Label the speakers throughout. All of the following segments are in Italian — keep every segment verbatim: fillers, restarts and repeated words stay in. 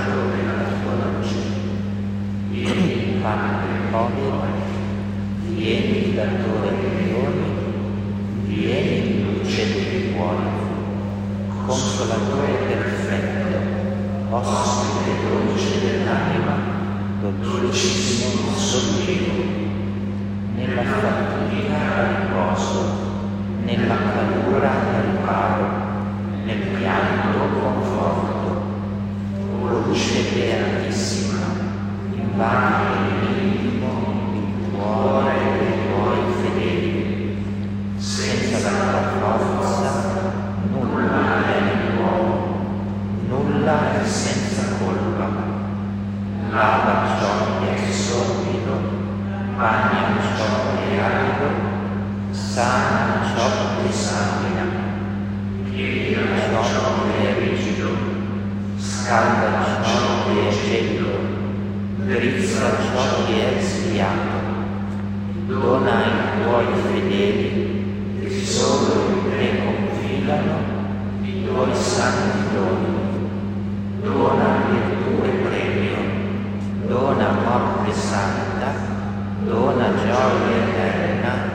Speaker 1: raggio della tua luce. Vieni, Padre dei poveri, vieni, datore dei doni, vieni, luce dei cuori, consolatore perfetto, ospite dolce dell'anima, dolcissimo sollievo, nella fatica riposo, nella calura riparo, nel pianto conforto. O luce beatissima, invadi l'intimo, il cuore dei tuoi fedeli. Senza la tua forza nulla è nell'uomo, nulla è senza colpa. Lava ciò che è sordido, bagna ciò che è arido, sana ciò che sanguina, piega ciò che è rigido, scalda ciò che è gelido, drizza ciò che è sviato. Dona ai tuoi fedeli, che solo in te confidano, i tuoi santi doni. Dona virtù e premio, dona morte santa, dona gioia eterna.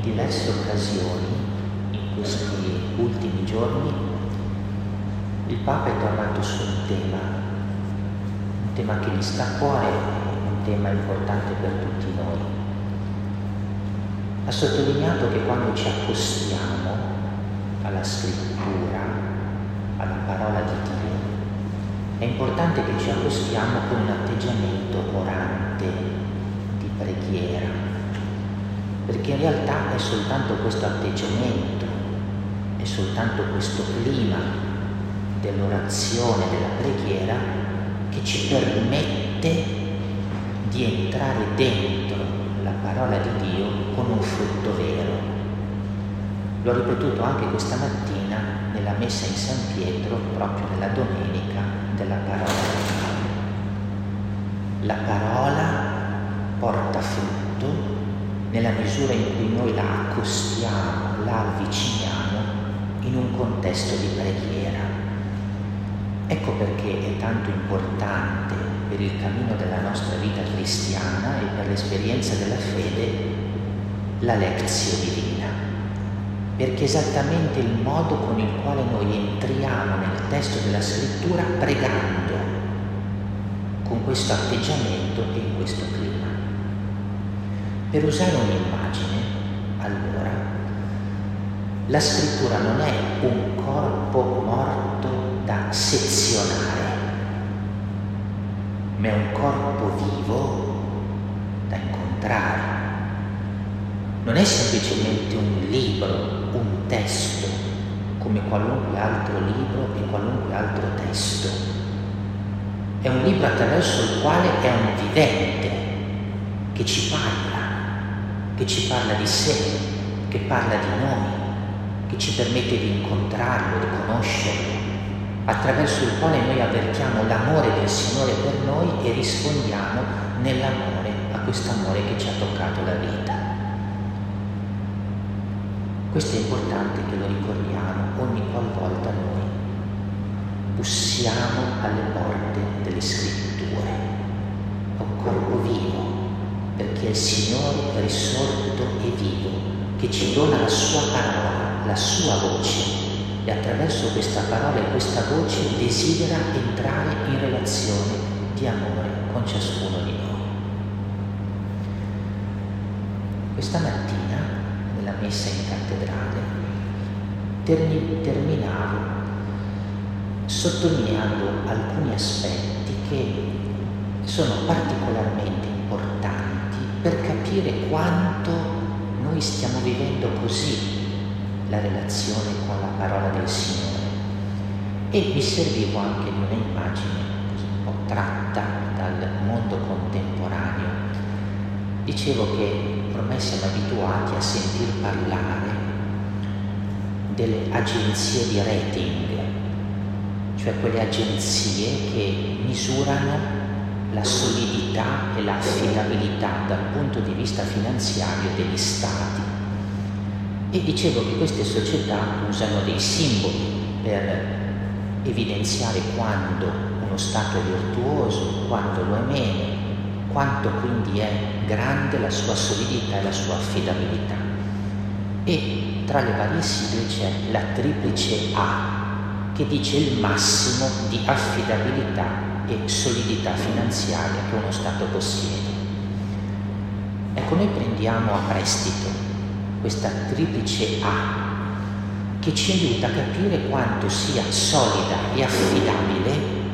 Speaker 1: diverse occasioni, in questi ultimi giorni, il Papa è tornato su un tema, un tema che gli sta a cuore, un tema importante per tutti noi. Ha sottolineato che quando ci accostiamo alla scrittura, alla parola di Dio, è importante che ci accostiamo con un atteggiamento orante, di preghiera, perché in realtà è soltanto questo atteggiamento, è soltanto questo clima dell'orazione, della preghiera, che ci permette di entrare dentro la parola di Dio con un frutto vero. L'ho ripetuto anche questa mattina nella messa in San Pietro, proprio nella domenica della parola di Dio. La parola porta frutto nella misura in cui noi la accostiamo, la avviciniamo in un contesto di preghiera. Ecco perché è tanto importante per il cammino della nostra vita cristiana e per l'esperienza della fede la lectio divina, perché è esattamente il modo con il quale noi entriamo nel testo della scrittura pregando, con questo atteggiamento e in questo clima. Per usare un'immagine, allora, la scrittura non è un corpo morto da sezionare, ma è un corpo vivo da incontrare. Non è semplicemente un libro, un testo, come qualunque altro libro e qualunque altro testo. È un libro attraverso il quale è un vivente che ci parla, che ci parla di sé, che parla di noi, che ci permette di incontrarlo, di conoscerlo, attraverso il quale noi avvertiamo l'amore del Signore per noi e rispondiamo nell'amore a questo amore che ci ha toccato la vita. Questo è importante che lo ricordiamo ogni qualvolta noi bussiamo alle porte delle scritture. È un corpo vivo, perché è il Signore risorto e vivo che ci dona la sua parola, la sua voce, e attraverso questa parola e questa voce desidera entrare in relazione di amore con ciascuno di noi. Questa mattina, nella messa in cattedrale, termi- terminavo sottolineando alcuni aspetti che sono particolarmente importanti per capire quanto noi stiamo vivendo così la relazione con la parola del Signore. E mi servivo anche di un'immagine così un po' tratta dal mondo contemporaneo. Dicevo che ormai siamo abituati a sentir parlare delle agenzie di rating, cioè quelle agenzie che misurano la solidità e l'affidabilità dal punto di vista finanziario degli stati. E dicevo che queste società usano dei simboli per evidenziare quando uno stato è virtuoso, quando lo è meno, quanto quindi è grande la sua solidità e la sua affidabilità. E tra le varie sigle c'è la triplice A, che dice il massimo di affidabilità e solidità finanziaria che uno Stato possiede. Ecco, noi prendiamo a prestito questa triplice A che ci aiuta a capire quanto sia solida e affidabile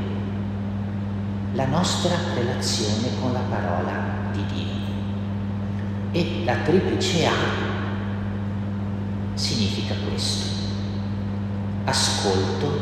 Speaker 1: la nostra relazione con la parola di Dio. E la triplice A significa questo: ascolto,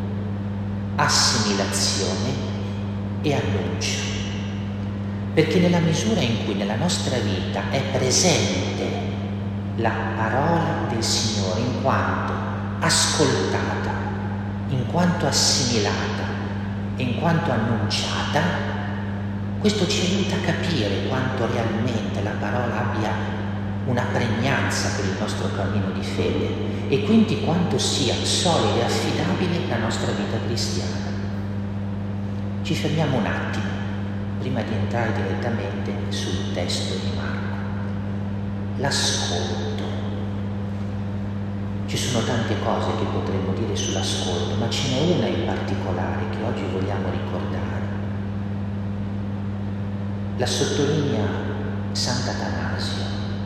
Speaker 1: assimilazione e annuncio. Perché nella misura in cui nella nostra vita è presente la parola del Signore in quanto ascoltata, in quanto assimilata e in quanto annunciata, questo ci aiuta a capire quanto realmente la parola abbia una pregnanza per il nostro cammino di fede e quindi quanto sia solida e affidabile la nostra vita cristiana. Ci fermiamo un attimo prima di entrare direttamente sul testo di Marco. L'ascolto. Ci sono tante cose che potremmo dire sull'ascolto, ma ce n'è una in particolare che oggi vogliamo ricordare. La sottolinea Sant'Atanasio: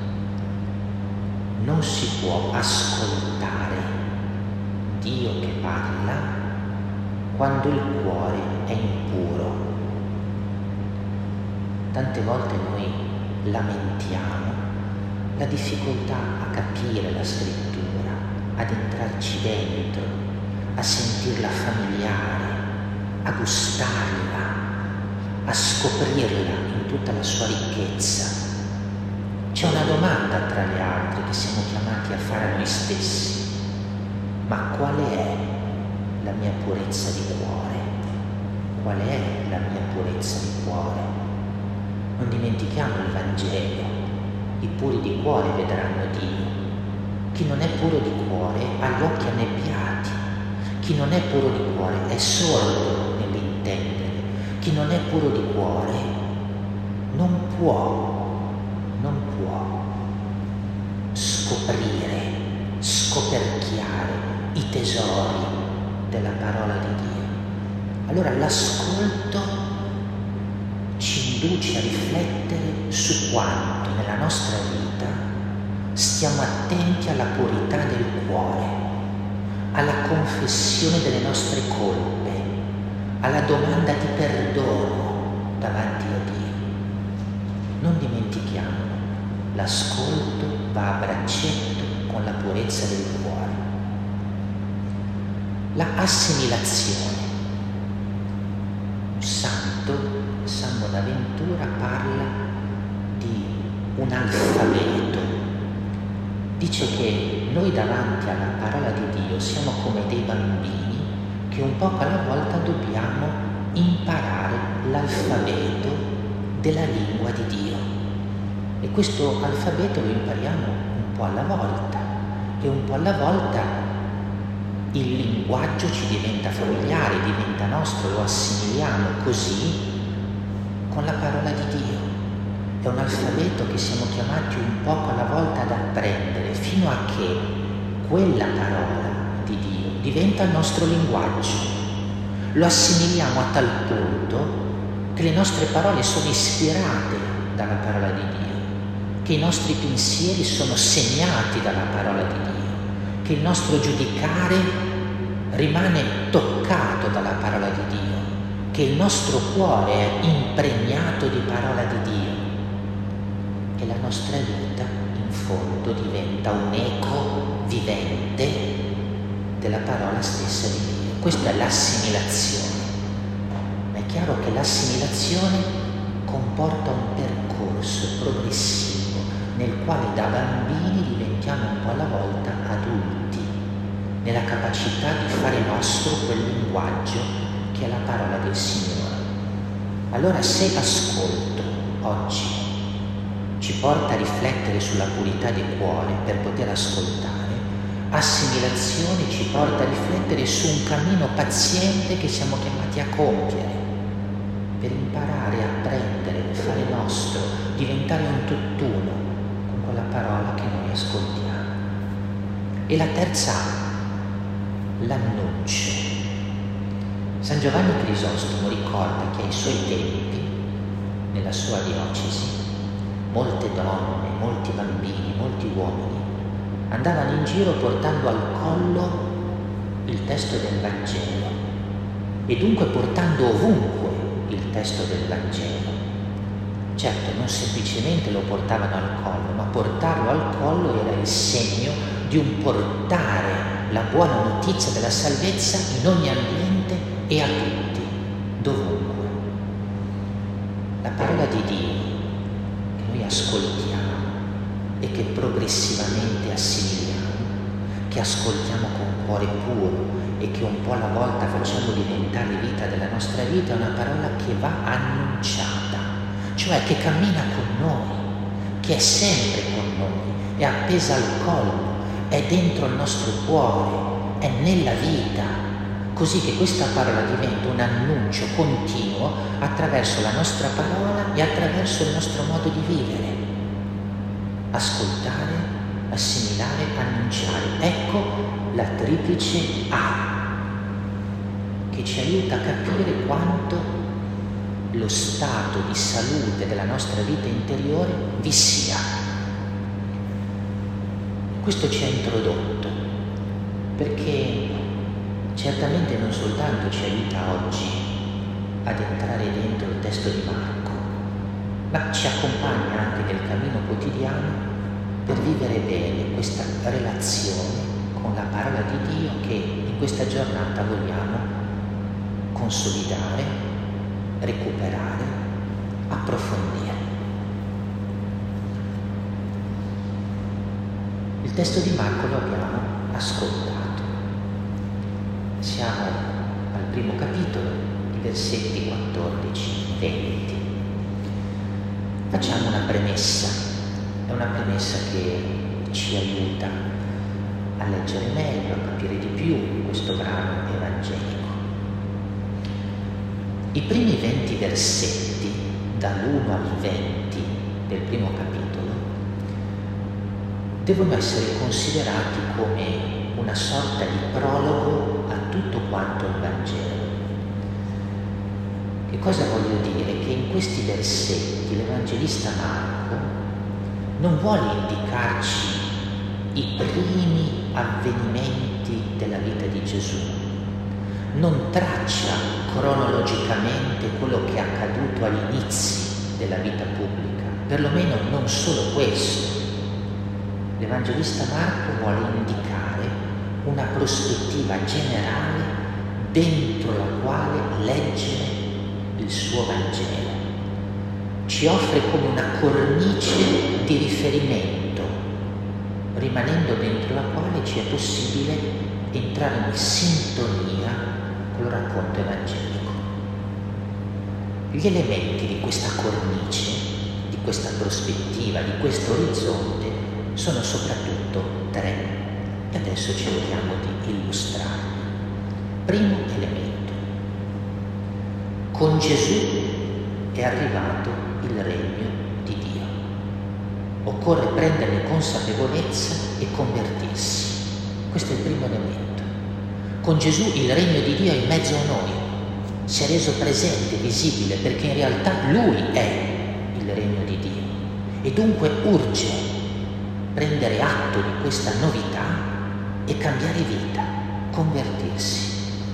Speaker 1: non si può ascoltare Dio che parla quando il cuore è impuro. Tante volte noi lamentiamo la difficoltà a capire la scrittura, ad entrarci dentro, a sentirla familiare, a gustarla, a scoprirla in tutta la sua ricchezza. C'è una domanda tra le altre che siamo chiamati a fare a noi stessi: ma qual è la mia purezza di cuore? Qual è la mia purezza di cuore? Non dimentichiamo il Vangelo: i puri di cuore vedranno Dio. Chi non è puro di cuore ha gli occhi annebbiati. Chi non è puro di cuore è sordo nell'intendere. Chi non è puro di cuore non può, non può scoprire, scoperchiare i tesori della parola di Dio. Allora l'ascolto ci induce a riflettere su quanto nella nostra vita stiamo attenti alla purità del cuore, alla confessione delle nostre colpe, alla domanda di perdono davanti a Dio. Non dimentichiamo, l'ascolto va a braccetto con la purezza del cuore. La assimilazione. Un santo, San Bonaventura, parla di un alfabeto. Dice che noi davanti alla parola di Dio siamo come dei bambini che un poco alla volta dobbiamo imparare l'alfabeto della lingua di Dio. E questo alfabeto lo impariamo un po' alla volta, e un po' alla volta il linguaggio ci diventa familiare, diventa nostro, lo assimiliamo. Così con la parola di Dio. È un alfabeto che siamo chiamati un poco alla volta ad apprendere, fino a che quella parola di Dio diventa il nostro linguaggio. Lo assimiliamo a tal punto che le nostre parole sono ispirate dalla parola di Dio, che i nostri pensieri sono segnati dalla parola di Dio, che il nostro giudicare rimane toccato dalla parola di Dio, che il nostro cuore è impregnato di parola di Dio, e la nostra vita in fondo diventa un eco vivente della parola stessa di Dio. Questa è l'assimilazione. Ma è chiaro che l'assimilazione comporta un percorso progressivo nel quale da bambini diventiamo un po' alla volta adulti, nella capacità di fare nostro quel linguaggio che è la parola del Signore. Allora, se l'ascolto oggi ci porta a riflettere sulla purità del cuore per poter ascoltare, assimilazione ci porta a riflettere su un cammino paziente che siamo chiamati a compiere per imparare a prendere, fare nostro, diventare un tutt'uno con quella parola che noi ascoltiamo. E la terza, l'annuncio. San Giovanni Crisostomo ricorda che ai suoi tempi, nella sua diocesi, molte donne, molti bambini, molti uomini andavano in giro portando al collo il testo del Vangelo, e dunque portando ovunque il testo del Vangelo. Certo, non semplicemente lo portavano al collo, ma portarlo al collo era il segno di un portare la buona notizia della salvezza in ogni ambiente e a tutti, dovunque. La parola di Dio che noi ascoltiamo e che progressivamente assimiliamo, che ascoltiamo con cuore puro e che un po' alla volta facciamo diventare vita della nostra vita, è una parola che va annunciata, cioè che cammina con noi, che è sempre con noi, è appesa al collo, è dentro il nostro cuore, è nella vita, così che questa parola diventa un annuncio continuo attraverso la nostra parola e attraverso il nostro modo di vivere. Ascoltare assimilare, annunciare. Ecco la triplice A che ci aiuta a capire quanto lo stato di salute della nostra vita interiore vi sia. Questo ci ha introdotto perché certamente non soltanto ci aiuta oggi ad entrare dentro il testo di Marco, ma ci accompagna anche nel cammino quotidiano per vivere bene questa relazione con la parola di Dio che in questa giornata vogliamo consolidare, recuperare, approfondire. Il testo di Marco lo abbiamo ascoltato. Siamo al primo capitolo, i versetti quattordici venti. Facciamo una premessa, è una premessa che ci aiuta a leggere meglio, a capire di più questo brano evangelico. I primi venti versetti, dall'uno al venti del primo capitolo, devono essere considerati come una sorta di prologo a tutto quanto il Vangelo. Che cosa voglio dire? Che in questi versetti l'Evangelista Marco non vuole indicarci i primi avvenimenti della vita di Gesù, non traccia cronologicamente quello che è accaduto agli inizi della vita pubblica, perlomeno non solo questo. L'Evangelista Marco vuole indicare una prospettiva generale dentro la quale leggere il suo Vangelo. Ci offre come una cornice di riferimento, rimanendo dentro la quale ci è possibile entrare in sintonia con il racconto evangelico. Gli elementi di questa cornice, di questa prospettiva, di questo orizzonte sono soprattutto tre e adesso cerchiamo di illustrarli. Primo elemento: con Gesù è arrivato il regno di Dio. Occorre prenderne consapevolezza e convertirsi. Questo è il primo elemento. Con Gesù il regno di Dio è in mezzo a noi, si è reso presente, visibile, perché in realtà Lui è il regno di Dio e dunque urge prendere atto di questa novità e cambiare vita, convertirsi.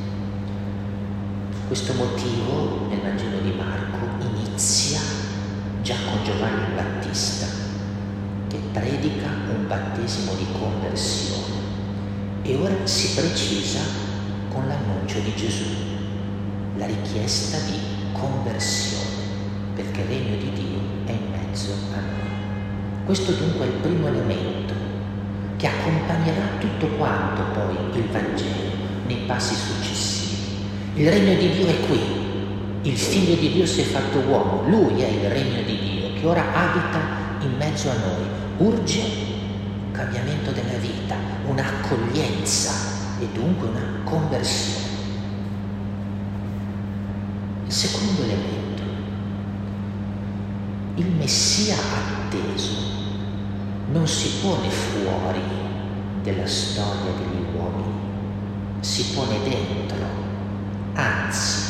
Speaker 1: Questo motivo nel Vangelo di Marco inizia già con Giovanni il Battista, che predica un battesimo di conversione. E ora si precisa con l'annuncio di Gesù, la richiesta di conversione, perché il regno di Dio è in mezzo a noi. Questo dunque è il primo elemento che accompagnerà tutto quanto poi il Vangelo nei passi successivi. Il regno di Dio è qui, il Figlio di Dio si è fatto uomo, Lui è il regno di Dio che ora abita in mezzo a noi, urge un cambiamento della vita, un'accoglienza e dunque una conversione. Il secondo elemento: il Messia atteso non si pone fuori della storia degli uomini, si pone dentro, anzi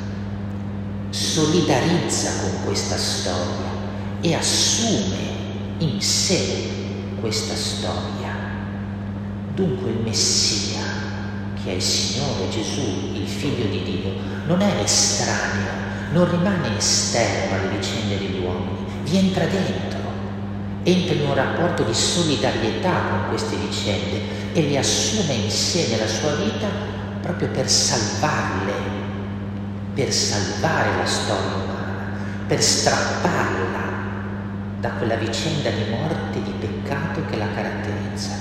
Speaker 1: solidarizza con questa storia e assume in sé questa storia. Dunque il Messia, che è il Signore Gesù, il Figlio di Dio, non è estraneo, non rimane esterno alle vicende degli uomini, vi entra dentro, entra in un rapporto di solidarietà con queste vicende e le assume in sé nella sua vita proprio per salvarle, per salvare la storia umana, per strapparla da quella vicenda di morte e di peccato che la caratterizza.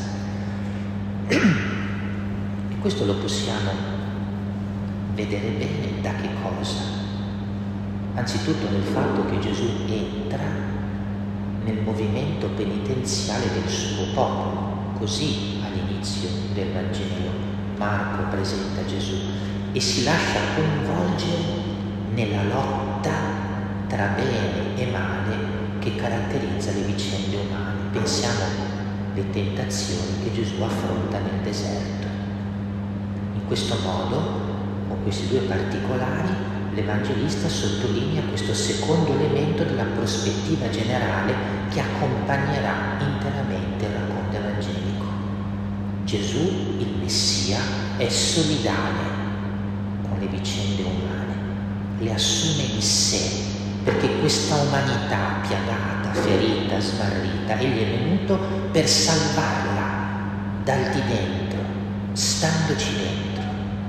Speaker 1: E questo lo possiamo vedere bene da che cosa? Anzitutto nel fatto che Gesù entra nel movimento penitenziale del suo popolo. Così all'inizio del Vangelo Marco presenta Gesù e si lascia coinvolgere nella lotta tra bene e male che caratterizza le vicende umane. Pensiamo le tentazioni che Gesù affronta nel deserto. In questo modo, con questi due particolari, l'Evangelista sottolinea questo secondo elemento della prospettiva generale che accompagnerà interamente il racconto evangelico. Gesù, il Messia, è solidale con le vicende umane, le assume in sé, perché questa umanità piagata, ferita, smarrita, egli è venuto per salvarla dal di dentro, standoci dentro.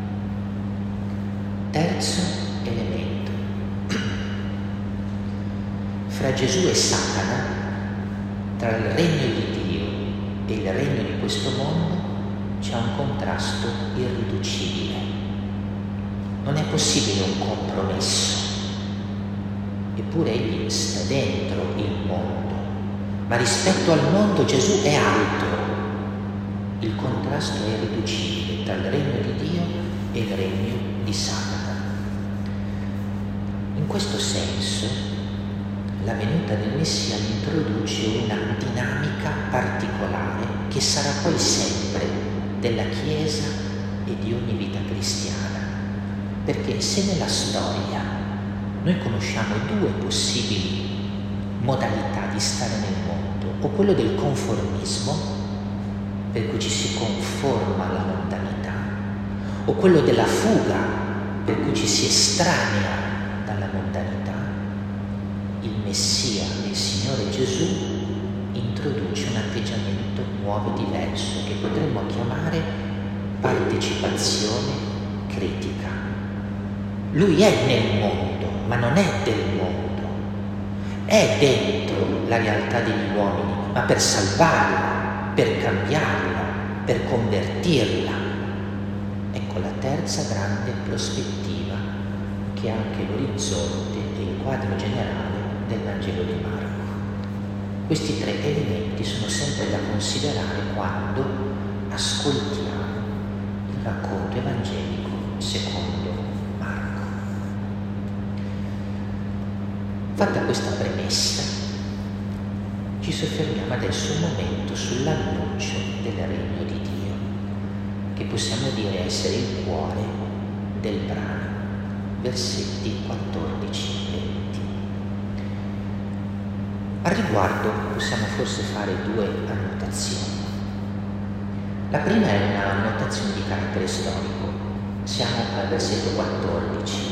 Speaker 1: Terzo elemento. Fra Gesù e Satana, tra il regno di Dio e il regno di questo mondo, c'è un contrasto irriducibile. Non è possibile un compromesso. Eppure egli sta dentro il mondo, ma rispetto al mondo Gesù è altro. Il contrasto è irriducibile tra il regno di Dio e il regno di Satana. In questo senso, la venuta del Messia introduce una dinamica particolare che sarà poi sempre della Chiesa e di ogni vita cristiana, perché se nella storia noi conosciamo due possibili modalità di stare nel mondo, o quello del conformismo, per cui ci si conforma alla mondanità, o quello della fuga, per cui ci si estranea dalla mondanità, il Messia, il Signore Gesù, introduce un atteggiamento nuovo e diverso che potremmo chiamare partecipazione critica. Lui è nel mondo, ma non è del mondo, è dentro la realtà degli uomini, ma per salvarla, per cambiarla, per convertirla. Ecco la terza grande prospettiva che è anche l'orizzonte e il quadro generale del Vangelo di Marco. Questi tre elementi sono sempre da considerare quando ascoltiamo il racconto evangelico secondo Fatta questa premessa, ci soffermiamo adesso un momento sull'annuncio del regno di Dio, che possiamo dire essere il cuore del brano, versetti quattordici e venti. Al riguardo possiamo forse fare due annotazioni. La prima è una annotazione di carattere storico. Siamo al versetto quattordici.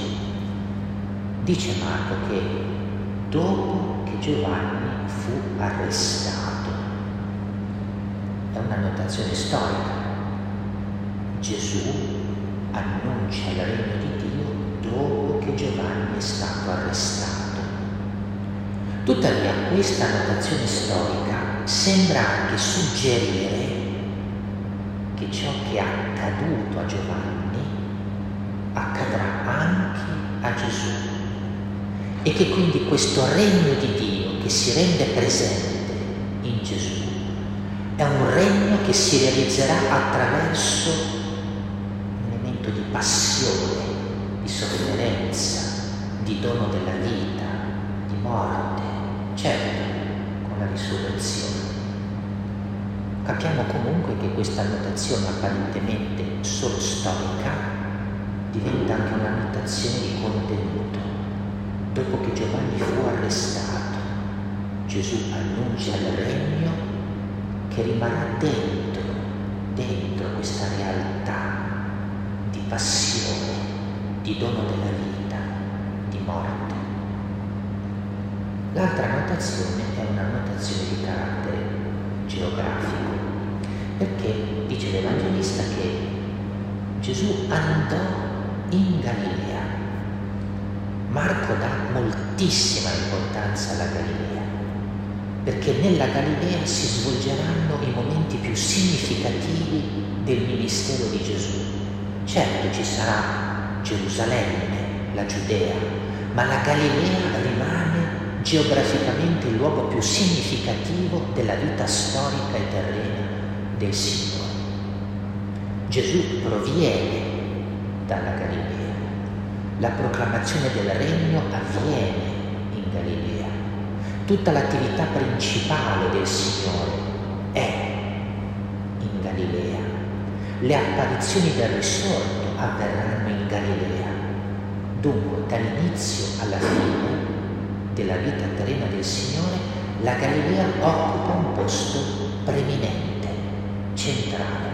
Speaker 1: Dice Marco che dopo che Giovanni fu arrestato, è una notazione storica. Gesù annuncia il regno di Dio dopo che Giovanni è stato arrestato. Tuttavia questa notazione storica sembra anche suggerire che ciò che è accaduto a Giovanni accadrà anche a Gesù, e che quindi questo regno di Dio che si rende presente in Gesù è un regno che si realizzerà attraverso un elemento di passione, di sofferenza, di dono della vita, di morte, certo, con la risurrezione. Capiamo comunque che questa annotazione apparentemente solo storica diventa anche una annotazione di contenuto. Dopo che Giovanni fu arrestato, Gesù annuncia il regno che rimarrà dentro, dentro questa realtà di passione, di dono della vita, di morte. L'altra annotazione è una annotazione di carattere geografico, perché dice l'Evangelista che Gesù andò in Galilea. Marco dà moltissima importanza alla Galilea, perché nella Galilea si svolgeranno i momenti più significativi del ministero di Gesù. Certo, ci sarà Gerusalemme, la Giudea, ma la Galilea rimane geograficamente il luogo più significativo della vita storica e terrena del Signore. Gesù proviene dalla Galilea. La proclamazione del regno avviene in Galilea. Tutta l'attività principale del Signore è Galilea. Le apparizioni del risorto avverranno in Galilea. Dunque, dall'inizio alla fine della vita terrena del Signore, la Galilea occupa un posto preminente, centrale.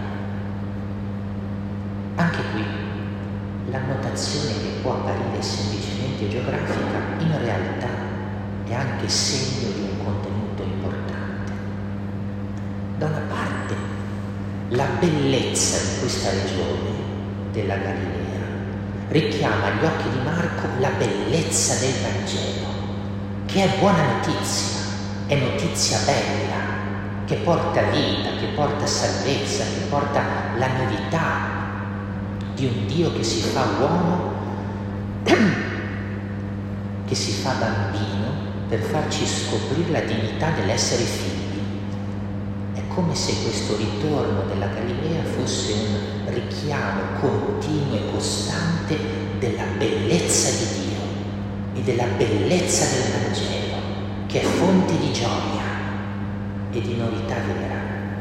Speaker 1: Anche qui, l'annotazione che può apparire semplicemente geografica, in realtà è anche segno di un contenuto importante. Da una parte, la bellezza di questa regione, della Galilea, richiama agli occhi di Marco la bellezza del Vangelo, che è buona notizia, è notizia bella, che porta vita, che porta salvezza, che porta la novità di un Dio che si fa uomo, che si fa bambino per farci scoprire la dignità dell'essere figli. È come se questo ritorno della Galilea fosse un richiamo continuo e costante della bellezza di Dio e della bellezza del Vangelo, che è fonte di gioia e di novità vera.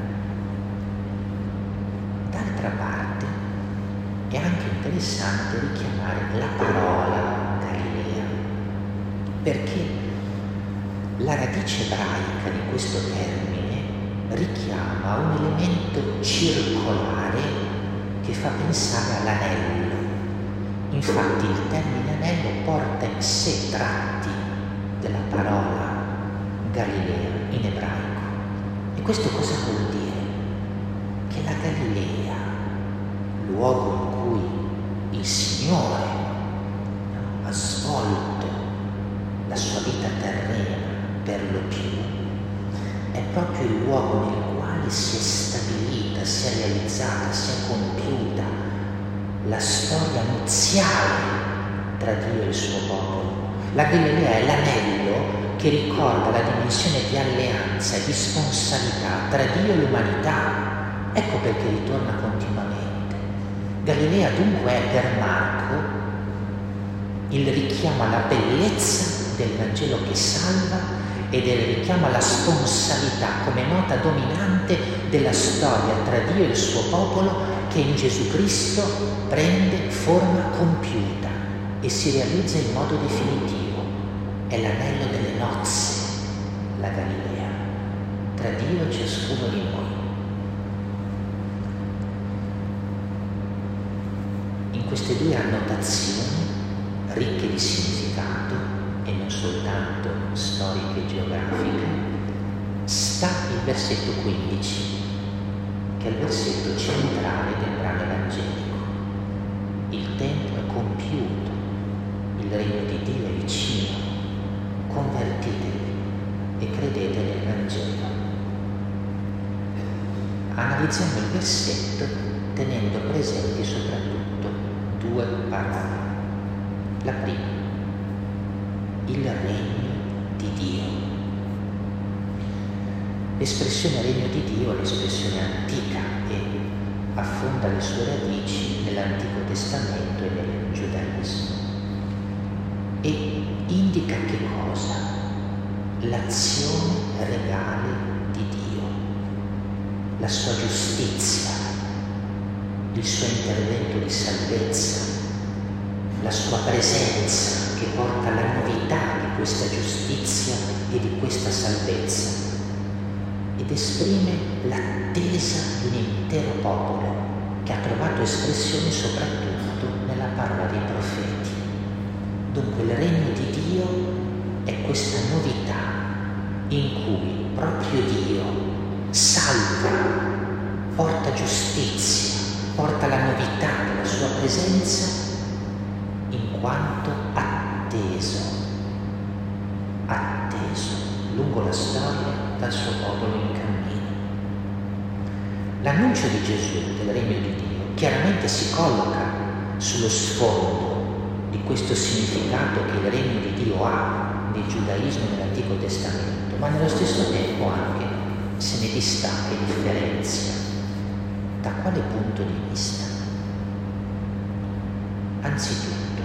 Speaker 1: D'altra parte, è anche interessante richiamare la parola Galilea, perché la radice ebraica di questo termine richiama un elemento circolare che fa pensare all'anello. Infatti il termine anello porta in sé tratti della parola Galilea in ebraico. E questo cosa vuol dire? Che la Galilea, luogo in cui il Signore ha svolto la sua vita terrena per lo più, è proprio il luogo nel quale si è stabilita, si è realizzata, si è compiuta la storia nuziale tra Dio e il suo popolo. La Galilea è l'anello che ricorda la dimensione di alleanza e di sponsalità tra Dio e l'umanità. Ecco perché ritorna continuamente. Galilea dunque è per Marco il richiamo alla bellezza del Vangelo che salva ed è il richiamo alla sponsalità come nota dominante della storia tra Dio e il suo popolo, che in Gesù Cristo prende forma compiuta e si realizza in modo definitivo. È l'anello delle nozze, la Galilea, tra Dio e ciascuno di noi. In queste due annotazioni, ricche di significato e non soltanto storiche e geografiche, sta il versetto quindici, che è il versetto centrale del brano evangelico. Il tempo è compiuto, il regno di Dio è vicino, convertitevi e credete nel Vangelo. Analizziamo il versetto tenendo presenti soprattutto due parole. La prima, il regno di Dio. L'espressione regno di Dio è l'espressione antica e affonda le sue radici nell'Antico Testamento e nel giudaismo e indica che cosa? L'azione regale di Dio, la sua giustizia, il suo intervento di salvezza, la sua presenza che porta alla novità di questa giustizia e di questa salvezza ed esprime l'attesa di un intero popolo che ha trovato espressione soprattutto nella parola dei profeti. Dunque il regno di Dio è questa novità in cui proprio Dio salva, porta giustizia, porta la novità della sua presenza in quanto atteso, atteso lungo la storia dal suo popolo in cammino. L'annuncio di Gesù del regno di Dio chiaramente si colloca sullo sfondo di questo significato che il regno di Dio ha nel giudaismo e nell'Antico Testamento, ma nello stesso tempo anche se ne distacca e differenzia. Da quale punto di vista? Anzitutto,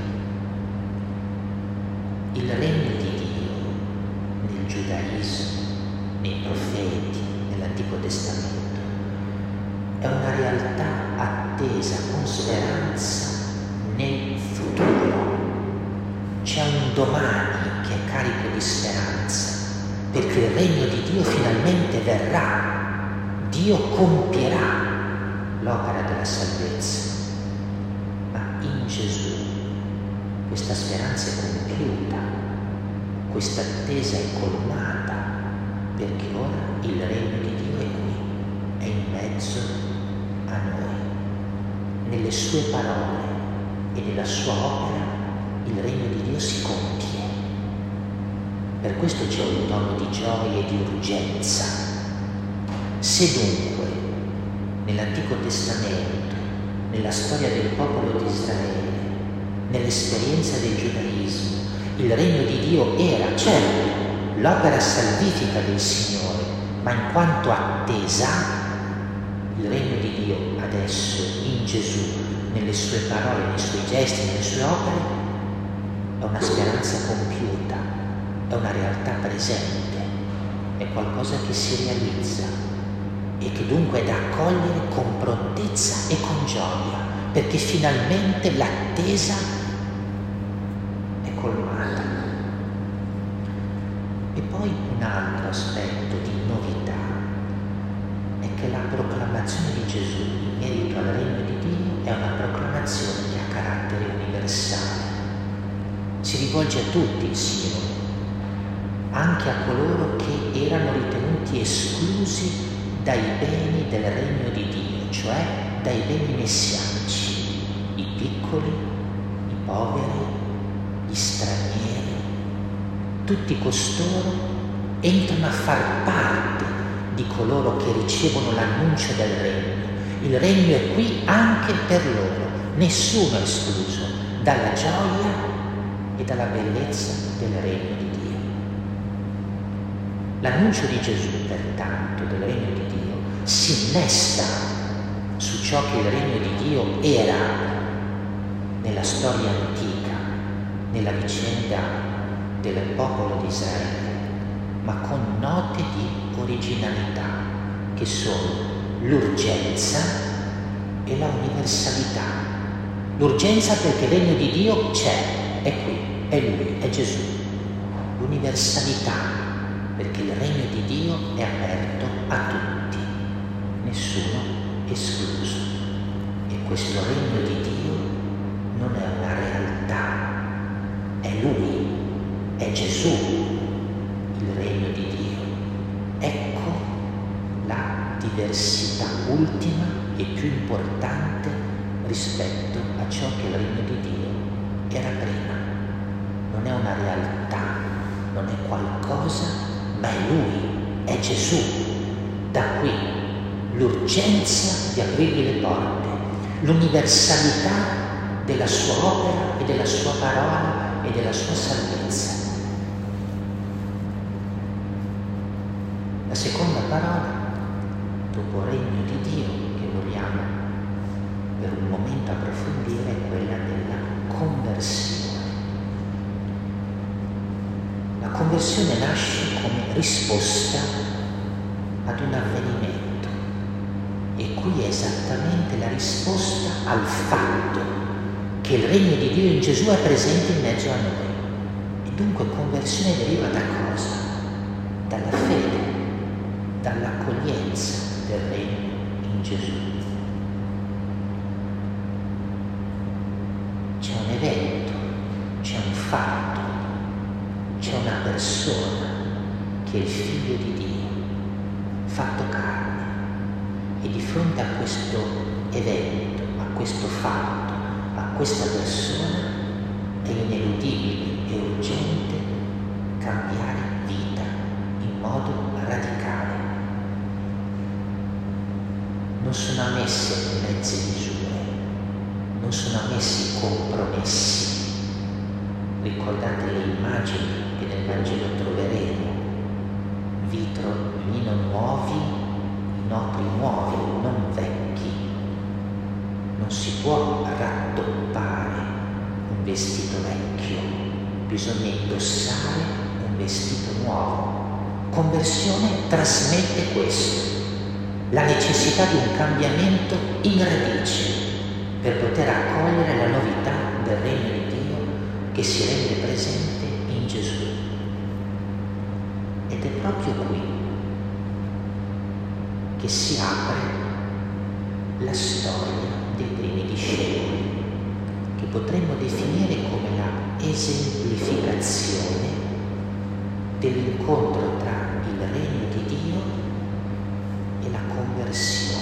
Speaker 1: il regno di Dio nel giudaismo, nei profeti, nell'Antico Testamento, è una realtà attesa con speranza nel futuro. C'è un domani che è carico di speranza, perché il regno di Dio finalmente verrà. Dio compierà l'opera della salvezza, ma in Gesù questa speranza è compiuta, questa attesa è colmata, perché ora il regno di Dio è qui, è in mezzo a noi. Nelle sue parole e nella sua opera il regno di Dio si compie. Per questo c'è un tono di gioia e di urgenza. Se dunque nell'Antico Testamento, nella storia del popolo di Israele, nell'esperienza del giudaismo, il regno di Dio era, certo, l'opera salvifica del Signore, ma in quanto attesa, il regno di Dio adesso in Gesù, nelle sue parole, nei suoi gesti, nelle sue opere, è una speranza compiuta, è una realtà presente, è qualcosa che si realizza e che dunque è da accogliere con prontezza e con gioia, perché finalmente l'attesa è colmata. E poi un altro aspetto di novità è che la proclamazione di Gesù in merito al regno di Dio è una proclamazione che ha carattere universale. Si rivolge a tutti il Signore, anche a coloro che erano ritenuti esclusi dai beni del regno di Dio, cioè dai beni messianici, i piccoli, i poveri, gli stranieri. Tutti costoro entrano a far parte di coloro che ricevono l'annuncio del regno. Il regno è qui anche per loro, nessuno è escluso dalla gioia e dalla bellezza del regno di Dio. L'annuncio di Gesù, pertanto, del regno di Dio si innesta su ciò che il regno di Dio era nella storia antica, nella vicenda del popolo di Israele, ma con note di originalità che sono l'urgenza e la universalità. L'urgenza perché il regno di Dio c'è, è qui, è Lui, è Gesù. L'universalità perché il regno di Dio è aperto a tutti, nessuno escluso. E questo regno di Dio non è una realtà, è Lui, è Gesù, il regno di Dio. Ecco la diversità ultima e più importante rispetto a ciò che il regno di Dio era prima. Non è una realtà, non è qualcosa, ma è Lui, è Gesù. Da qui l'urgenza di aprirgli le porte, l'universalità della sua opera e della sua parola e della sua salvezza. La seconda parola, dopo regno di Dio, che vogliamo per un momento approfondire, è quella della conversione. La conversione nasce come risposta ad un avvenimento e qui è esattamente la risposta al fatto che il regno di Dio in Gesù è presente in mezzo a noi. E dunque conversione deriva da cosa? Dalla fede, dall'accoglienza del regno in Gesù. C'è un evento, c'è un fatto, c'è una persona che è il Figlio di Dio, fatto carne, e di fronte a questo evento, a questo fatto, a questa persona è ineludibile e urgente cambiare vita in modo radicale. Non sono ammesse mezze misure, non sono ammessi compromessi. Ricordate le immagini che nel Vangelo troveremo: vitro, vino nuovi, inopri nuovi, non vecchi. Non si può rattoppare un vestito vecchio, bisogna indossare un vestito nuovo. Conversione trasmette questo. la necessità di un cambiamento in radice per poter accogliere la novità del regno di Dio che si rende presente in Gesù. Ed è proprio qui che si apre la storia dei primi discepoli, che potremmo definire come la esemplificazione dell'incontro tra il regno di Dio e la conversione.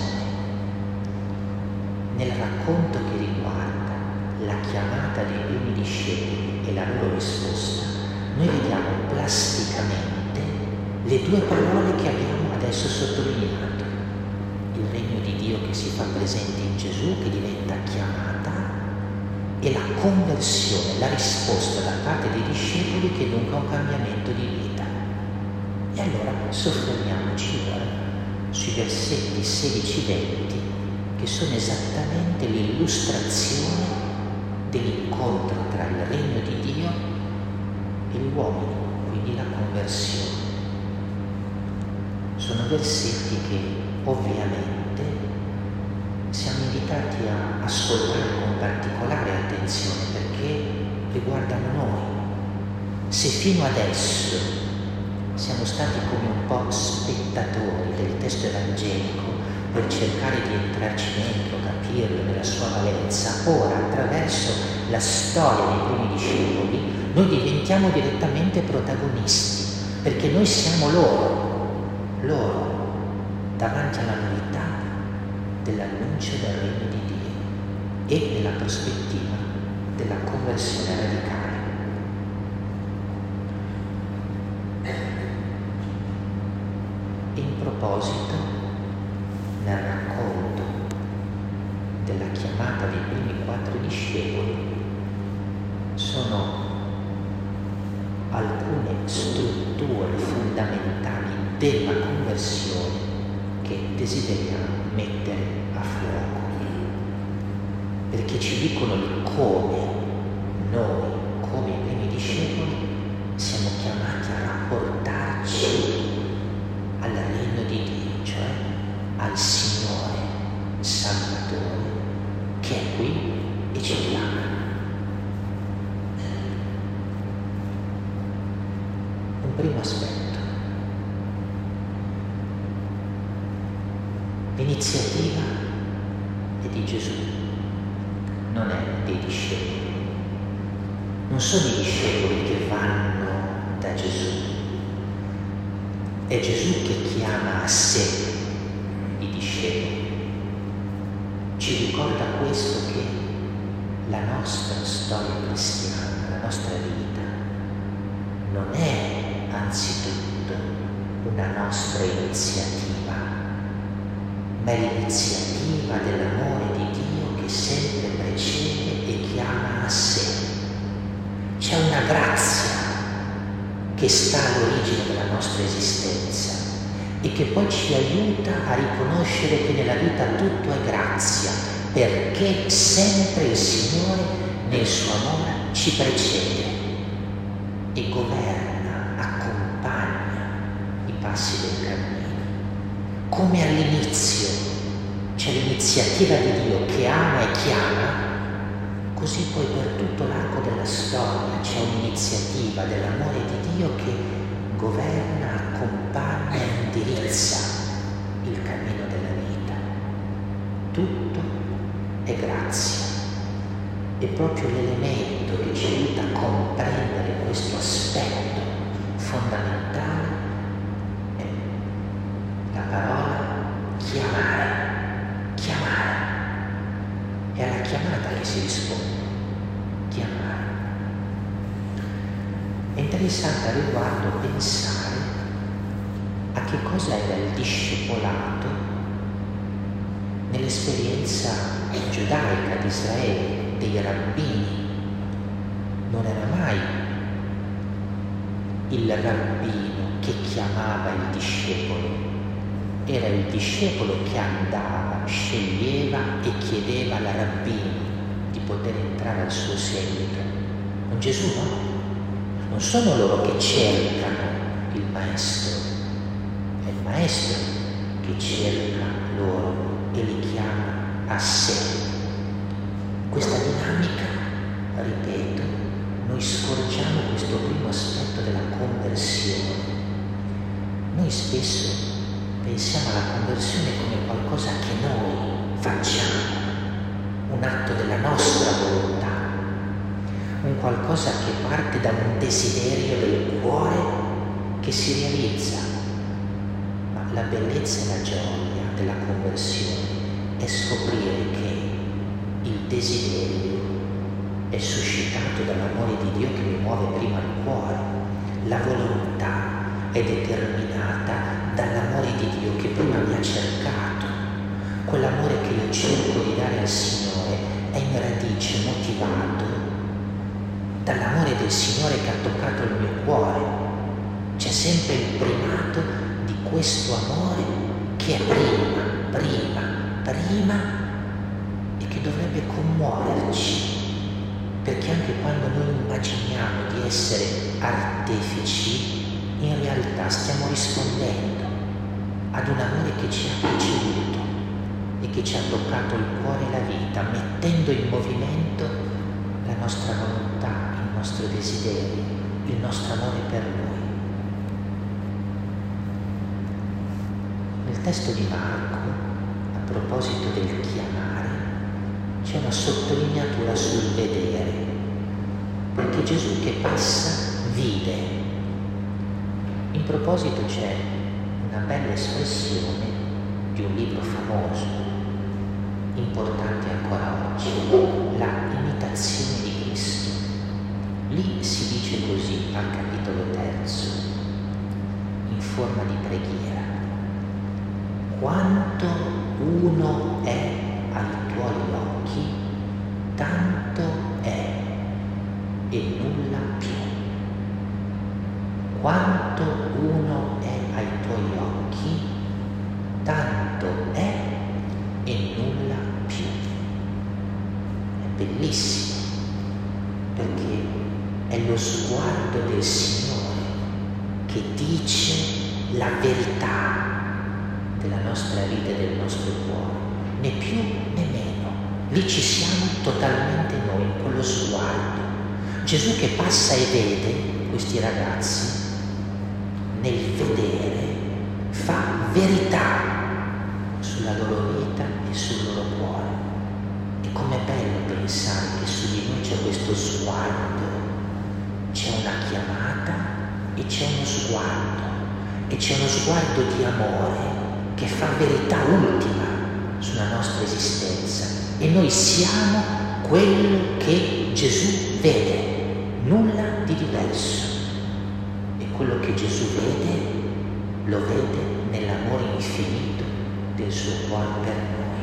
Speaker 1: Nel racconto che riguarda la chiamata dei primi discepoli e la loro risposta, noi vediamo plasticamente le due parole che abbiamo adesso sottolineato: il regno di Dio che si fa presente in Gesù, che diventa chiamata, e la conversione, la risposta da parte dei discepoli che dunque un cambiamento di vita. E allora soffermiamoci ora sui versetti sedici venti, che sono esattamente l'illustrazione dell'incontro tra il regno di Dio e gli uomini, quindi la conversione. Sono versetti che ovviamente siamo invitati a ascoltare con particolare attenzione, perché riguardano noi. Se fino adesso siamo stati come un po' spettatori del testo evangelico per cercare di entrarci dentro, capirlo nella sua valenza, ora attraverso la storia dei primi discepoli noi diventiamo direttamente protagonisti, perché noi siamo loro, loro davanti alla novità dell'annuncio del regno di Dio e nella prospettiva della conversione radicale. In proposito, nel racconto della chiamata dei primi quattro discepoli sono alcune strutture fondamentali della conversione che desideriamo mettere a fuoco, perché ci dicono il come noi, come i primi discepoli, siamo chiamati a rapportarci al regno di Dio, cioè al Signore Salvatore che è qui e ci chiama. Un primo aspetto: l'iniziativa è di Gesù, non è dei discepoli. Non sono i discepoli che vanno da Gesù, è Gesù che chiama a sé i discepoli. Ci ricorda questo, che la nostra storia cristiana, la nostra vita, non è anzitutto una nostra iniziativa, ma è l'iniziativa dell'amore di Dio che sempre precede e chiama a sé. C'è una grazia che sta all'origine della nostra esistenza e che poi ci aiuta a riconoscere che nella vita tutto è grazia, perché sempre il Signore nel suo amore ci precede e governa, accompagna i passi del cammino. Come all'inizio c'è l'iniziativa di Dio che ama e chiama, così poi per tutto l'arco della storia c'è un'iniziativa dell'amore di Dio che governa, accompagna e indirizza il cammino della vita. Tutto è grazia. E proprio l'elemento che ci aiuta a comprendere questo aspetto fondamentale è la parola chiamare. Chiamare. È alla chiamata che si risponde. Chiamare. È interessante a riguardo pensare a che cosa era il discepolato nell'esperienza giudaica di Israele, dei rabbini. Non era mai il rabbino che chiamava il discepolo, era il discepolo che andava, sceglieva e chiedeva al rabbino di poter entrare al suo seguito. Non Gesù, no? Non sono loro che cercano il maestro, è il maestro che cerca loro e li chiama a sé. Questa dinamica, ripeto, noi scorgiamo questo primo aspetto della conversione. Noi spesso pensiamo alla conversione come qualcosa che noi facciamo, un atto della nostra volontà, un qualcosa che parte da un desiderio del cuore che si realizza. Ma la bellezza e la gioia della conversione è scoprire che il desiderio è suscitato dall'amore di Dio che mi muove prima il cuore. La volontà è determinata dall'amore di Dio che prima mi ha cercato. Quell'amore che io cerco di dare al Signore è in radice motivato dall'amore del Signore che ha toccato il mio cuore. C'è sempre il primato di questo amore che è prima, prima, prima e che dovrebbe commuoverci. Perché anche quando noi immaginiamo di essere artefici, in realtà stiamo rispondendo ad un amore che ci ha preceduto e che ci ha toccato il cuore e la vita, mettendo in movimento la nostra volontà, il nostro desiderio, il nostro amore per Lui. Nel testo di Marco, a proposito del chiamare, c'è una sottolineatura sul vedere, perché Gesù che passa vide. In proposito c'è una bella espressione di un libro famoso, importante ancora oggi, la imitazione di Cristo. Lì si dice così al capitolo terzo, in forma di preghiera: quanto uno è ai tuoi occhi, tanto è e nulla più. Quanto uno è ai tuoi occhi, tanto è e nulla più. È bellissimo, perché è lo sguardo del Signore che dice la verità della nostra vita e del nostro cuore, né più né meno. Lì ci siamo totalmente noi, in quello sguardo. Gesù che passa e vede questi ragazzi, nel vedere fa verità sulla loro vita e sul loro cuore. E com'è bello pensare che su di noi c'è questo sguardo, c'è una chiamata e c'è uno sguardo, e c'è uno sguardo di amore che fa verità ultima sulla nostra esistenza, e noi siamo quello che Gesù vede, nulla di diverso. Quello che Gesù vede, lo vede nell'amore infinito del suo cuore per noi.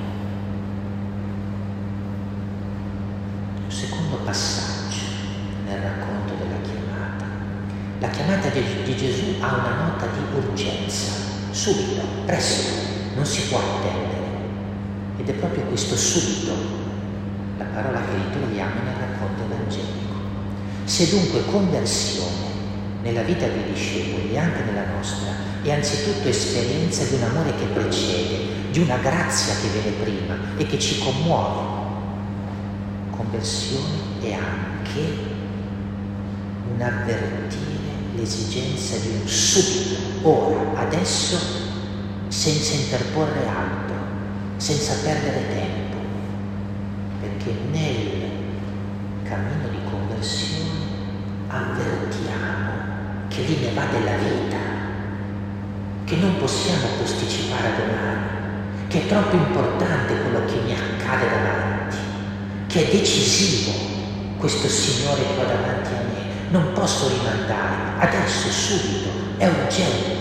Speaker 1: Un secondo passaggio nel racconto della chiamata. La chiamata di, di Gesù ha una nota di urgenza, subito, presto, non si può attendere. Ed è proprio questo subito la parola che ritroviamo nel racconto evangelico. Se dunque conversione nella vita dei discepoli e anche nella nostra è anzitutto esperienza di un amore che precede, di una grazia che viene prima e che ci commuove. Conversione è anche un avvertire l'esigenza di un subito, ora, adesso, senza interporre altro, senza perdere tempo, perché nel cammino di conversione avvertiamo che lì ne va della vita, che non possiamo posticipare a domani, che è troppo importante quello che mi accade davanti, che è decisivo questo Signore che ho davanti a me, non posso rimandare, adesso, subito, è urgente.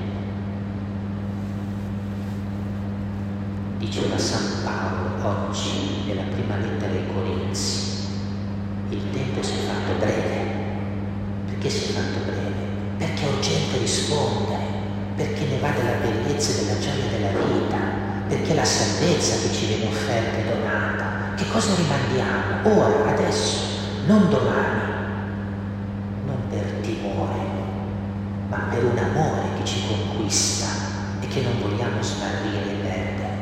Speaker 1: Diceva San Paolo oggi nella prima lettera ai Corinzi, il tempo si è fatto breve. Perché si è fatto breve? Perché è urgente rispondere, perché ne va della bellezza e della gioia della vita, perché la salvezza che ci viene offerta e donata. Che cosa rimandiamo? Ora, adesso, non domani, non per timore, ma per un amore che ci conquista e che non vogliamo smarrire e perdere.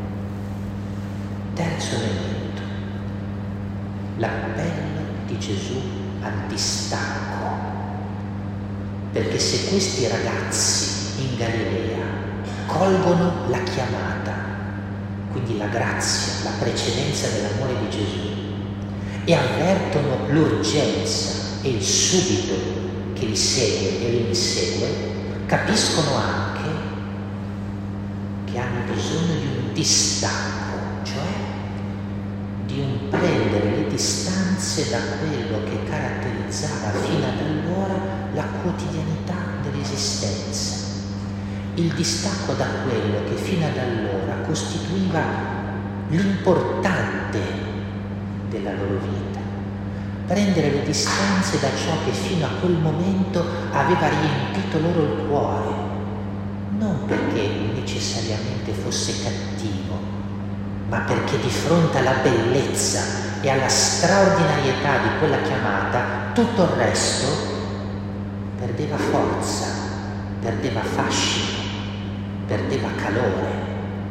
Speaker 1: Terzo elemento, l'appello di Gesù al distacco, perché se questi ragazzi in Galilea colgono la chiamata, quindi la grazia, la precedenza dell'amore di Gesù, e avvertono l'urgenza e il subito che li segue e li insegue, capiscono anche che hanno bisogno di un distacco, cioè di un prendere le distanze da quello che caratterizzava fino ad allora la quotidianità dell'esistenza, il distacco da quello che fino ad allora costituiva l'importante della loro vita, prendere le distanze da ciò che fino a quel momento aveva riempito loro il cuore, non perché necessariamente fosse cattivo, ma perché di fronte alla bellezza e alla straordinarietà di quella chiamata tutto il resto perdeva forza, perdeva fascino, perdeva calore.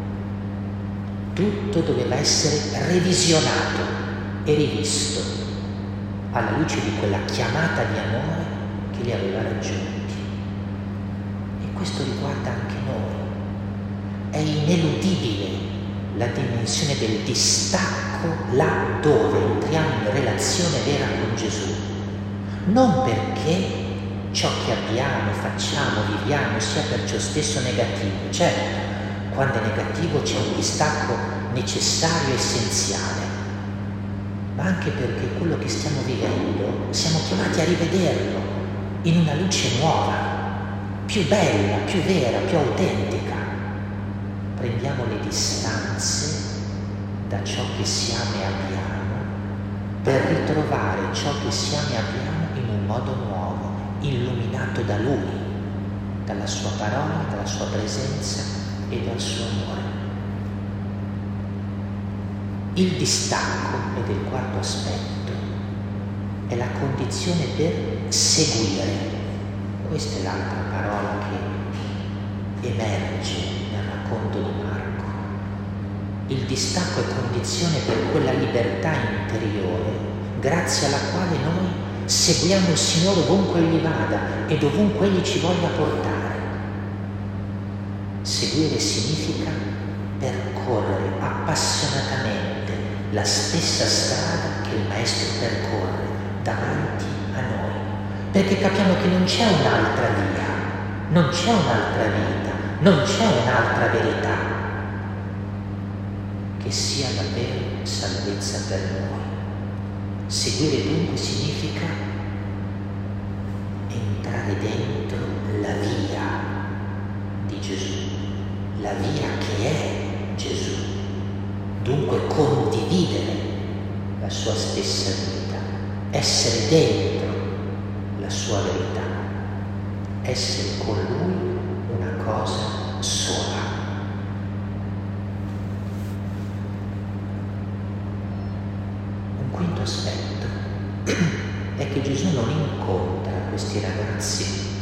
Speaker 1: Tutto doveva essere revisionato e rivisto alla luce di quella chiamata di amore che li aveva raggiunti. E questo riguarda anche noi. È ineludibile la dimensione del distacco là dove entriamo in relazione vera con Gesù, non perché ciò che abbiamo, facciamo, viviamo sia per ciò stesso negativo. Certo, quando è negativo c'è un distacco necessario e essenziale, ma anche perché quello che stiamo vivendo siamo chiamati a rivederlo in una luce nuova, più bella, più vera, più autentica. Prendiamo le distanze da ciò che siamo e abbiamo per ritrovare ciò che siamo e abbiamo in un modo nuovo, illuminato da Lui, dalla Sua parola, dalla Sua presenza e dal Suo amore. Il distacco, ed è il quarto aspetto, è la condizione per seguire. Questa è l'altra parola che emerge nel racconto di Marco. Il distacco è condizione per quella libertà interiore grazie alla quale noi seguiamo il Signore ovunque Egli vada e dovunque Egli ci voglia portare. Seguire significa percorrere appassionatamente la stessa strada che il Maestro percorre davanti a noi, perché capiamo che non c'è un'altra via, non c'è un'altra vita, non c'è un'altra verità che sia la vera salvezza per noi. Seguire dunque significa entrare dentro la via di Gesù, la via che è Gesù, dunque condividere la sua stessa vita, essere dentro la sua verità, essere con Lui una cosa sola. Un quinto aspetto è che Gesù non incontra questi ragazzi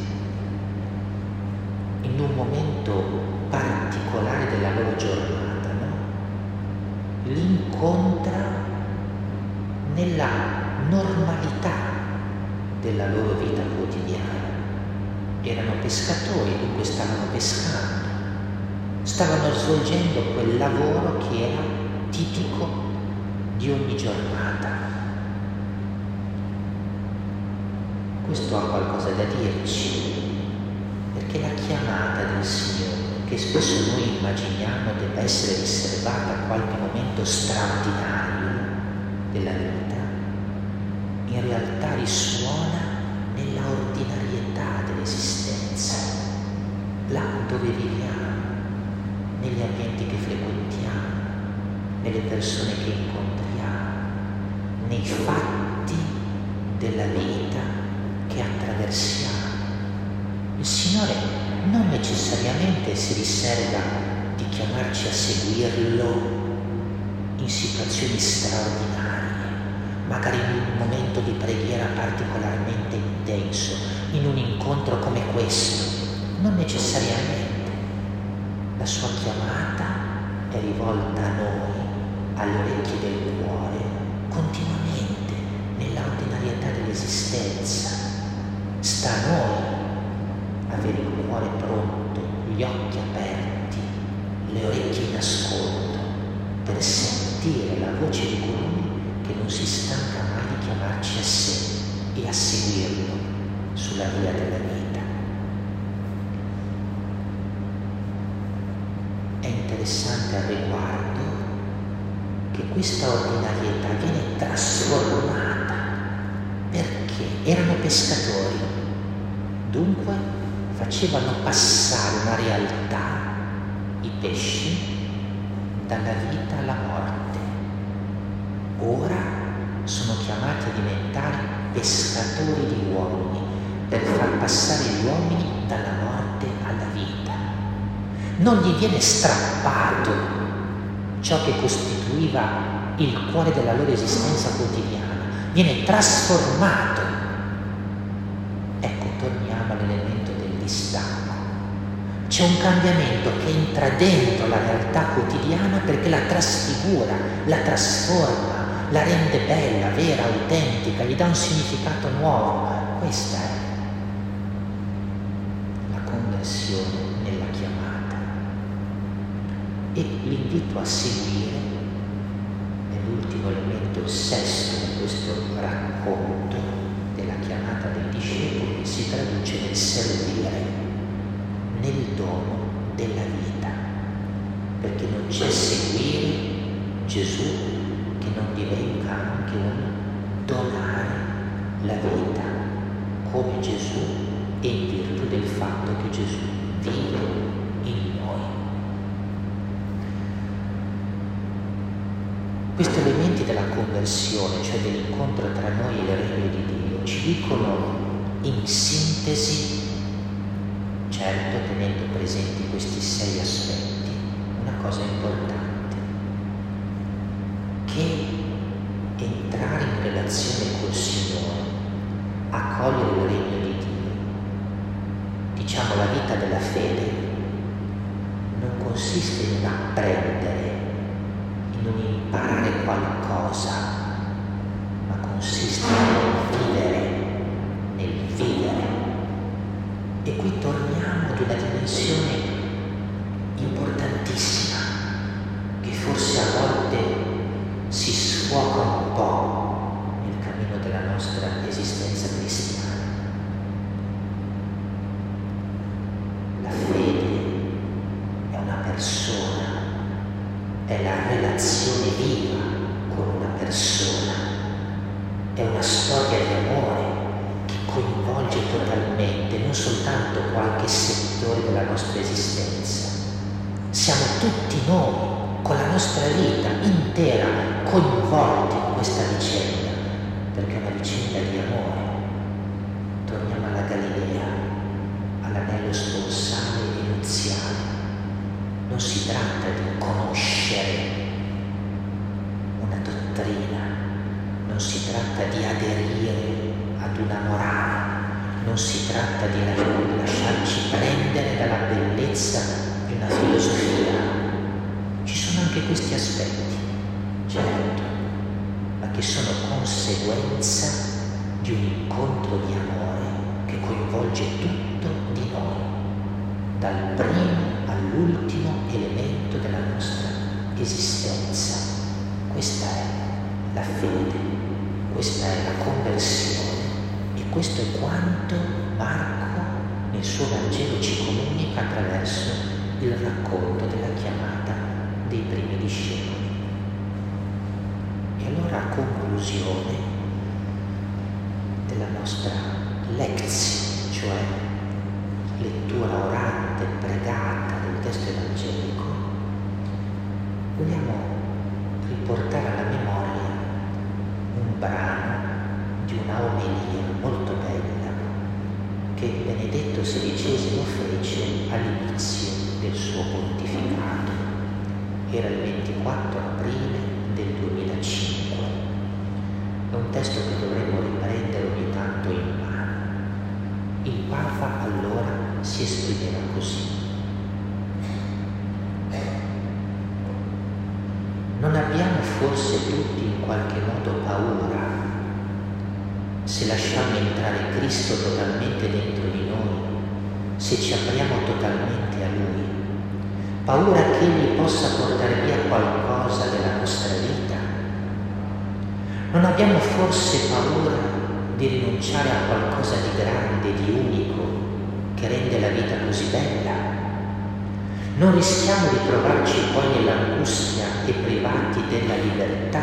Speaker 1: in un momento particolare della loro giornata, no? Li incontra nella normalità della loro vita quotidiana. Erano pescatori, dunque stavano pescando, stavano svolgendo quel lavoro che era tipico di ogni giornata. Questo ha qualcosa da dirci, perché la chiamata del Signore, che spesso noi immaginiamo debba essere riservata a qualche momento straordinario della vita, in realtà risuona nella ordinarietà dell'esistenza, là dove viviamo, negli ambienti che frequentiamo, nelle persone che incontriamo, nei fatti della vita che attraversiamo. Il Signore non necessariamente si riserva di chiamarci a seguirlo in situazioni straordinarie, magari in un momento di preghiera particolarmente intenso, in un incontro come questo, non necessariamente, La sua chiamata è rivolta a noi, alle orecchie del cuore, continuamente, nella ordinarietà dell'esistenza. Sta a noi avere il cuore pronto, gli occhi aperti, le orecchie in ascolto, per sentire la voce di colui che non si stanca mai di chiamarci a sé e a seguirlo sulla via della vita. È interessante al riguardo che questa ordinarietà viene trasformata, perché erano pescatori, dunque facevano passare una realtà, i pesci, dalla vita alla morte. Ora sono chiamati a diventare pescatori di uomini, per far passare gli uomini dalla morte alla vita. Non gli viene strappato ciò che costituiva il cuore della loro esistenza quotidiana, viene trasformato. Ecco, torniamo all'elemento del distacco. C'è un cambiamento che entra dentro la realtà quotidiana perché la trasfigura, la trasforma, la rende bella, vera, autentica, gli dà un significato nuovo. Questa è la conversione nella chiamata. E l'invito a seguire è l'ultimo elemento, il sesto di questo racconto della chiamata dei discepoli, che si traduce nel servire, nel dono della vita, perché non c'è seguire Gesù che non diventa anche un donare la vita come Gesù, e in virtù del fatto che Gesù vive in noi. Questi elementi della conversione, cioè dell'incontro tra noi e il regno di Dio, ci dicono in sintesi, certo tenendo presenti questi sei aspetti, una cosa importante, che entrare in relazione col Signore, accogliere il regno di Dio, diciamo la vita della fede, non consiste in un apprendere, in un imparare qualcosa, ma consiste nel vivere, nel vivere. E qui torniamo ad una dimensione importantissima, che forse a volte si sfoca un po' nel cammino della nostra esistenza cristiana. La fede è una persona, è la relazione viva con una persona, è una storia di amore che coinvolge totalmente, non soltanto qualche settore della nostra esistenza. Siamo tutti noi, con la nostra vita intera, coinvolti in questa vicenda, perché è una vicenda di amore. Torniamo alla Galilea, all'anello sponsale e nuziale. Non si tratta di conoscere una dottrina, non si tratta di aderire ad una morale, non si tratta di lasciarci prendere dalla bellezza di una filosofia. Ci sono anche questi aspetti, certo, ma che sono conseguenza di un incontro di amore che coinvolge tutto di noi, dal primo all'ultimo elemento della nostra esistenza. Questa è la fede, questa è la conversione, e questo è quanto Marco nel suo Vangelo ci comunica attraverso il racconto della chiamata dei primi discepoli. E allora, a conclusione della nostra lezione, cioè lettura orante, pregata del testo evangelico, vogliamo riportare alla memoria un brano di una omelia molto bella che Benedetto sedicesimo fece all'inizio del suo pontificato. Era il ventiquattro aprile del duemilacinque. È un testo che dovremmo riprendere ogni tanto in mano. Il Papa allora si esprimeva così: forse tutti in qualche modo paura se lasciamo entrare Cristo totalmente dentro di noi, se ci apriamo totalmente a Lui. Paura che Egli possa portare via qualcosa della nostra vita. Non abbiamo forse paura di rinunciare a qualcosa di grande, di unico, che rende la vita così bella? Non rischiamo di trovarci poi nell'angustia e privati della libertà?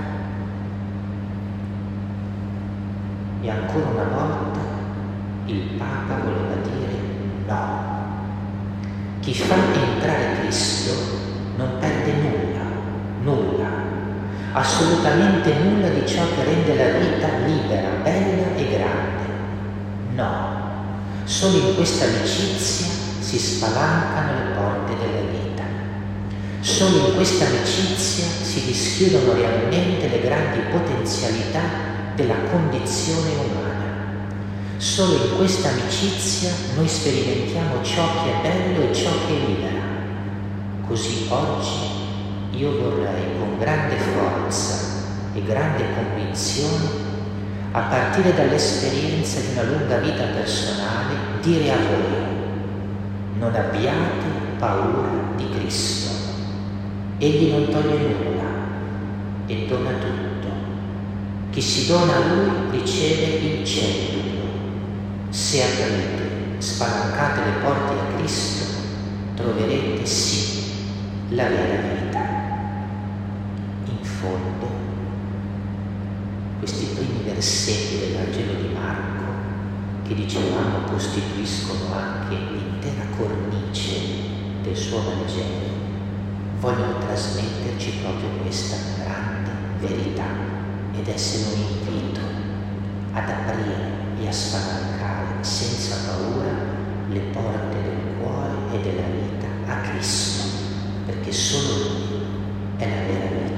Speaker 1: E ancora una volta il Papa voleva dire no. Chi fa entrare Cristo non perde nulla, nulla, assolutamente nulla di ciò che rende la vita libera, bella e grande. No, solo in questa amicizia si spalancano le porte della vita. Solo in questa amicizia si dischiudono realmente le grandi potenzialità della condizione umana. Solo in questa amicizia noi sperimentiamo ciò che è bello e ciò che è libera. Così oggi io vorrei con grande forza e grande convinzione, a partire dall'esperienza di una lunga vita personale, dire a voi: non abbiate paura di Cristo. Egli non toglie nulla e dona tutto. Chi si dona a Lui riceve il centuplo. Se aprite, spalancate le porte a Cristo, troverete sì la vera vita. In fondo, questi primi versetti del Vangelo di Marco, che dicevamo costituiscono anche l'intera cornice del suo Vangelo, vogliono trasmetterci proprio questa grande verità ed essere un invito ad aprire e a spalancare senza paura le porte del cuore e della vita a Cristo, perché solo Lui è la vera vita.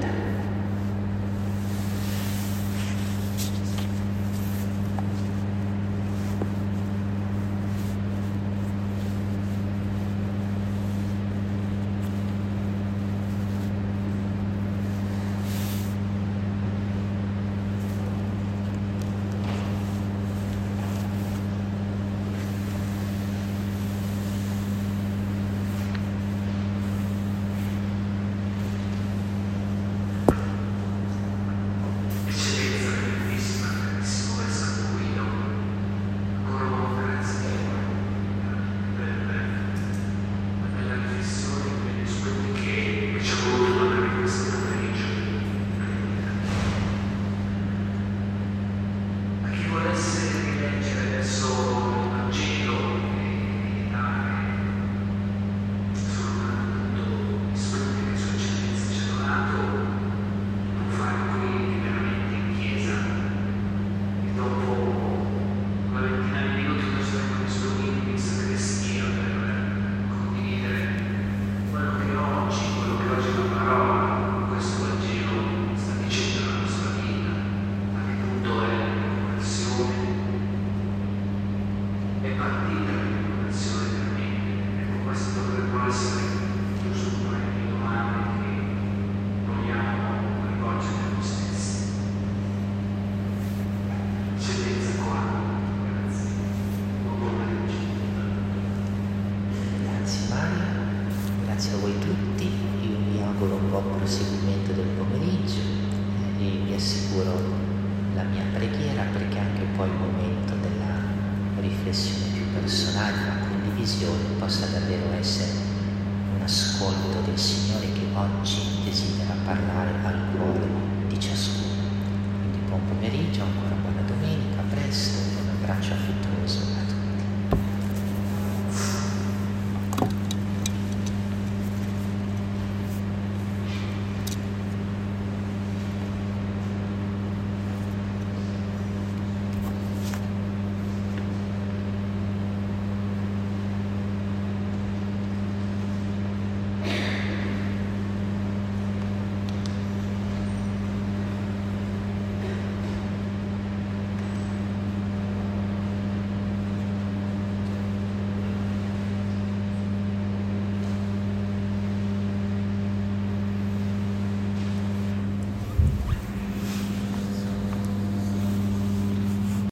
Speaker 1: Grazie a voi tutti, io vi auguro un buon proseguimento del pomeriggio e vi assicuro la mia preghiera perché anche poi il momento della riflessione più personale, la condivisione, possa davvero essere un ascolto del Signore che oggi desidera parlare al cuore di ciascuno. Quindi buon pomeriggio, ancora buona domenica, a presto e un abbraccio affettuoso.